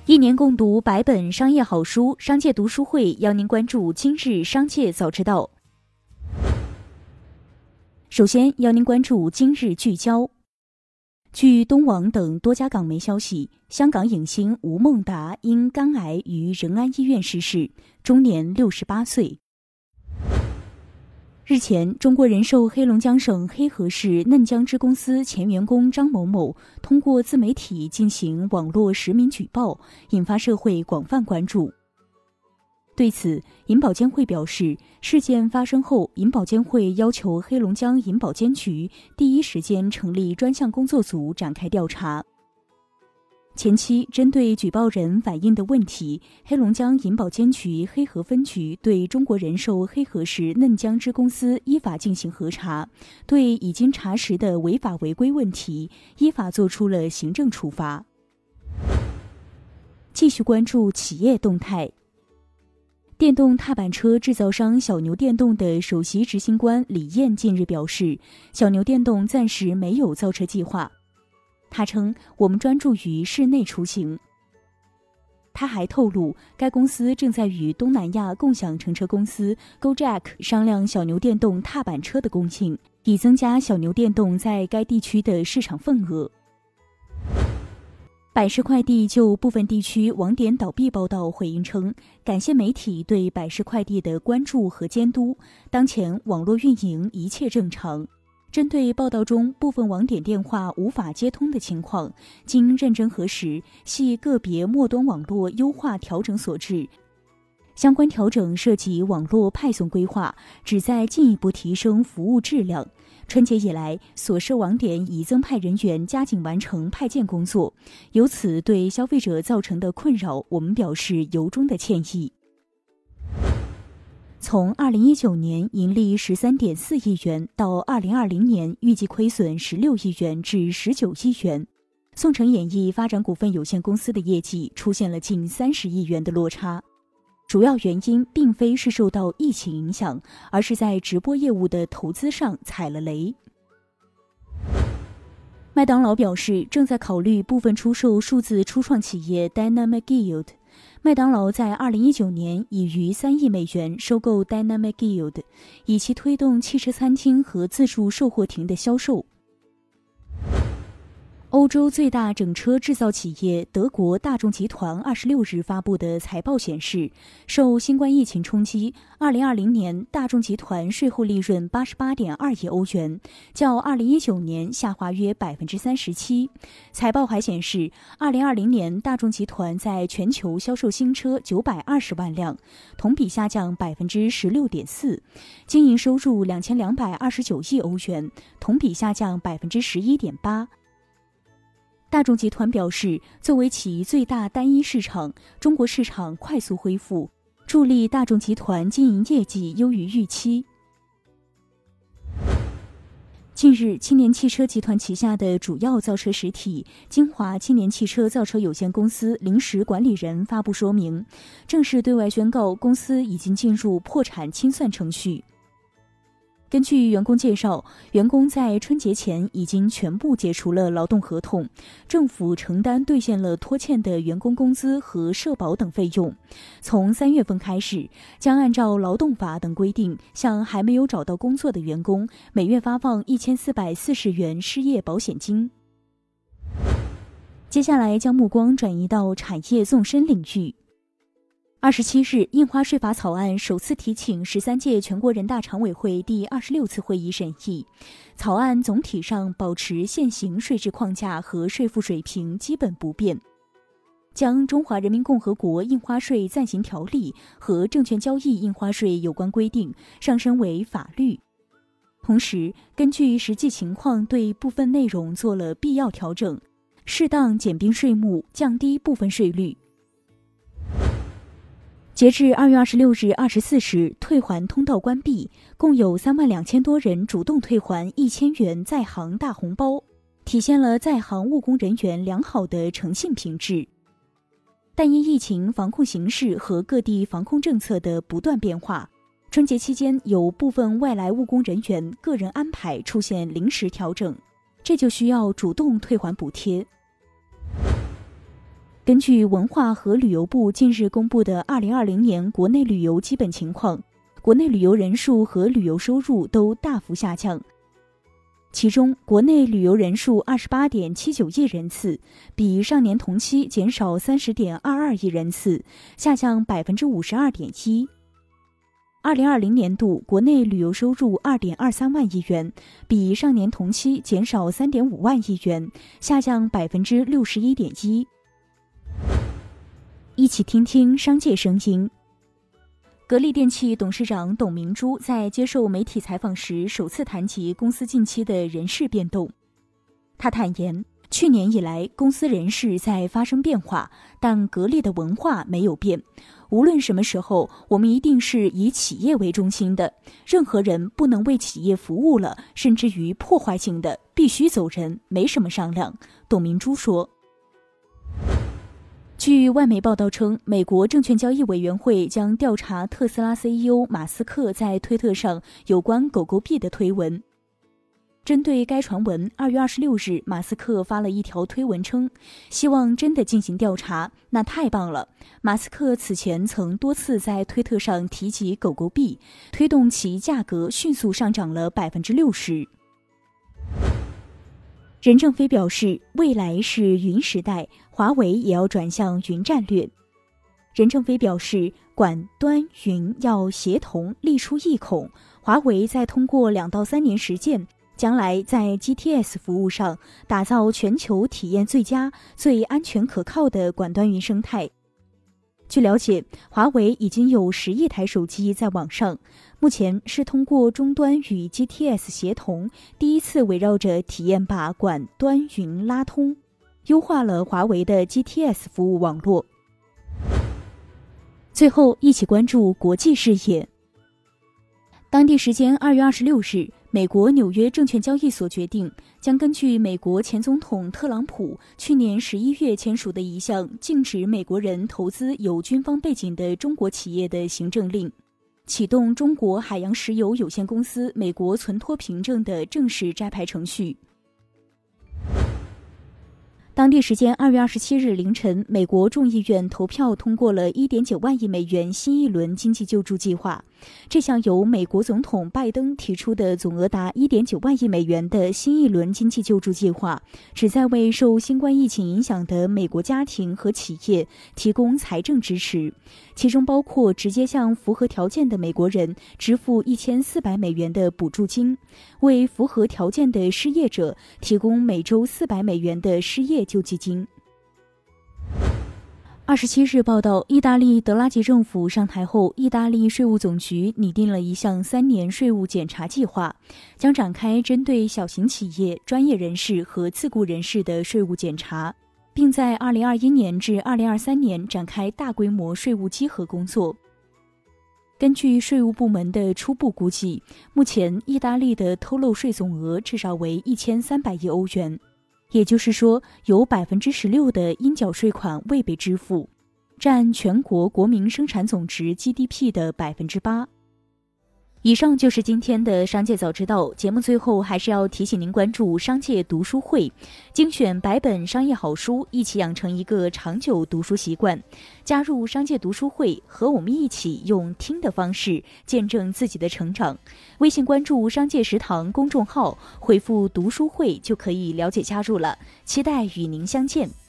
一年共读100本商业好书，商界读书会邀您关注今日商界早知道。首先邀您关注今日聚焦。据东网等多家港媒消息，香港影星吴孟达因肝癌于仁安医院逝世，终年68岁。日前，中国人寿黑龙江省黑河市嫩江支公司前员工张某某通过自媒体进行网络实名举报，引发社会广泛关注。对此，银保监会表示，事件发生后，银保监会要求黑龙江银保监局第一时间成立专项工作组展开调查。前期针对举报人反映的问题，黑龙江银保监局黑河分局对中国人寿黑河市嫩江支公司依法进行核查，对已经查实的违法违规问题依法作出了行政处罚。继续关注企业动态。电动踏板车制造商小牛电动的首席执行官李燕近日表示，小牛电动暂时没有造车计划。他称，我们专注于室内出行。他还透露，该公司正在与东南亚共享乘车公司 Gojek 商量小牛电动踏板车的供应，以增加小牛电动在该地区的市场份额。百世快递就部分地区网点倒闭报道回应称，感谢媒体对百世快递的关注和监督，当前网络运营一切正常。针对报道中部分网点电话无法接通的情况，经认真核实，系个别末端网络优化调整所致。相关调整涉及网络派送规划，旨在进一步提升服务质量。春节以来，所涉网点已增派人员加紧完成派件工作，由此对消费者造成的困扰，我们表示由衷的歉意。从2019年盈利13.4亿元到2020年预计亏损16亿元至19亿元，宋城演艺发展股份有限公司的业绩出现了近30亿元的落差。主要原因并非是受到疫情影响，而是在直播业务的投资上踩了雷。麦当劳表示，正在考虑部分出售数字初创企业 Dynamic Yield。麦当劳在2019年已逾3亿美元收购 Dynamic Yield， 以其推动汽车餐厅和自助售货亭的销售。欧洲最大整车制造企业德国大众集团26日发布的财报显示，受新冠疫情冲击，2020年大众集团税后利润88.2亿欧元，较2019年下滑约37%。财报还显示，2020年大众集团在全球销售新车920万辆，同比下降16.4%，经营收入2229亿欧元，同比下降11.8%。大众集团表示，作为其最大单一市场，中国市场快速恢复，助力大众集团经营业绩优于预期。近日，青年汽车集团旗下的主要造车实体金华青年汽车造车有限公司临时管理人发布说明，正式对外宣告公司已经进入破产清算程序。根据员工介绍，员工在春节前已经全部解除了劳动合同，政府承担兑现了拖欠的员工工资和社保等费用。从3月份开始，将按照劳动法等规定，向还没有找到工作的员工每月发放1440元失业保险金。接下来将目光转移到产业纵深领域。27日，印花税法草案首次提请13届全国人大常委会第26次会议审议。草案总体上保持现行税制框架和税负水平基本不变，将《中华人民共和国印花税暂行条例》和证券交易印花税有关规定上升为法律。同时，根据实际情况对部分内容做了必要调整，适当减并税目，降低部分税率。截至2月26日24时，退还通道关闭，共有32000多人主动退还1000元在杭大红包，体现了在杭务工人员良好的诚信品质。但因疫情防控形势和各地防控政策的不断变化，春节期间有部分外来务工人员个人安排出现临时调整，这就需要主动退还补贴。 根据文化和旅游部近日公布的2020年国内旅游基本情况，国内旅游人数和旅游收入都大幅下降。其中，国内旅游人数28.79亿人次，比上年同期减少30.22亿人次，下降52.1%。2020年度国内旅游收入2.23万亿元，比上年同期减少3.5万亿元，下降61.1%。一起听听商界声音。格力电器董事长董明珠在接受媒体采访时首次谈及公司近期的人事变动。他坦言，去年以来公司人事在发生变化，但格力的文化没有变。无论什么时候，我们一定是以企业为中心的，任何人不能为企业服务了，甚至于破坏性的，必须走人，没什么商量。董明珠说。据外媒报道称，美国证券交易委员会将调查特斯拉 CEO 马斯克在推特上有关狗狗币的推文。针对该传闻，2月26日，马斯克发了一条推文称，希望真的进行调查，那太棒了。马斯克此前曾多次在推特上提及狗狗币，推动其价格迅速上涨了60%。任正非表示，未来是云时代，华为也要转向云战略。任正非表示，管端云要协同，力出一孔。华为在通过2到3年实践，将来在 GTS 服务上打造全球体验最佳、最安全可靠的管端云生态。据了解，华为已经有10亿台手机在网上，目前是通过终端与 GTS 协同，第一次围绕着体验把管端云拉通，优化了华为的 GTS 服务网络。最后，一起关注国际视野。当地时间2月26日，美国纽约证券交易所决定，将根据美国前总统特朗普去年11月签署的一项禁止美国人投资有军方背景的中国企业的行政令，启动中国海洋石油有限公司美国存托凭证的正式摘牌程序。当地时间2月27日凌晨，美国众议院投票通过了1.9万亿美元新一轮经济救助计划。这项由美国总统拜登提出的总额达1.9万亿美元的新一轮经济救助计划，旨在为受新冠疫情影响的美国家庭和企业提供财政支持，其中包括直接向符合条件的美国人支付1400美元的补助金，为符合条件的失业者提供每周400美元的失业救济金。27日报道，意大利德拉吉政府上台后，意大利税务总局拟定了一项3年税务检查计划，将展开针对小型企业、专业人士和自雇人士的税务检查，并在2021年至2023年展开大规模税务稽核工作。根据税务部门的初步估计，目前意大利的偷漏税总额至少为1300亿欧元。也就是说，有16%的应缴税款未被支付，占全国国民生产总值 GDP 的8%。以上就是今天的商界早知道。节目最后还是要提醒您关注商界读书会，精选100本商业好书，一起养成一个长久读书习惯。加入商界读书会，和我们一起用听的方式见证自己的成长。微信关注商界食堂公众号，回复读书会就可以了解加入了，期待与您相见。